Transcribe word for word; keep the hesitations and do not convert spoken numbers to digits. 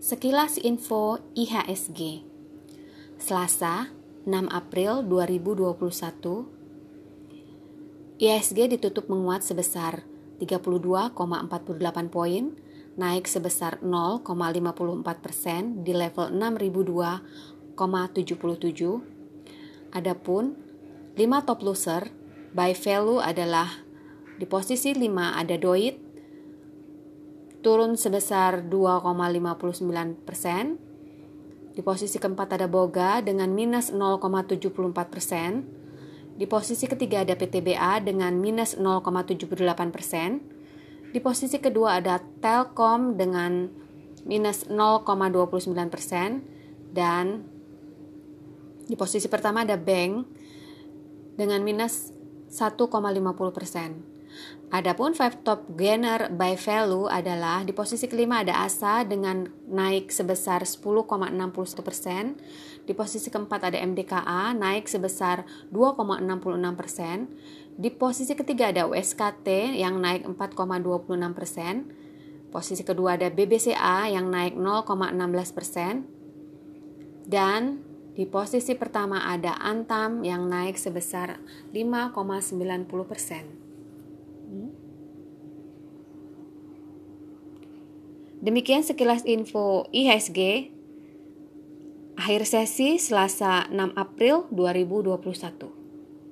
Sekilas info I H S G. Selasa, enam April dua ribu dua puluh satu. I H S G ditutup menguat sebesar tiga puluh dua koma empat delapan poin, naik sebesar nol koma lima empat persen di level enam ribu dua koma tujuh tujuh. Adapun lima top loser by value adalah di posisi lima ada Doit turun sebesar dua koma lima sembilan persen. Di posisi keempat ada Boga dengan minus nol koma tujuh empat persen. Di posisi ketiga ada P T B A dengan minus nol koma tujuh delapan persen. Di posisi kedua ada Telkom dengan minus nol koma dua sembilan persen. Dan di posisi pertama ada Bank dengan minus satu koma lima puluh persen. Adapun five top gainer by value adalah di posisi kelima ada Asa dengan naik sebesar sepuluh koma enam satu persen. Di posisi keempat ada M D K A naik sebesar dua koma enam enam persen. Di posisi ketiga ada U S K T yang naik empat koma dua enam persen. Posisi kedua ada B B C A yang naik nol koma enam belas persen. Dan di posisi pertama ada Antam yang naik sebesar lima koma sembilan nol persen. Demikian sekilas info I H S G akhir sesi Selasa enam April dua ribu dua puluh satu.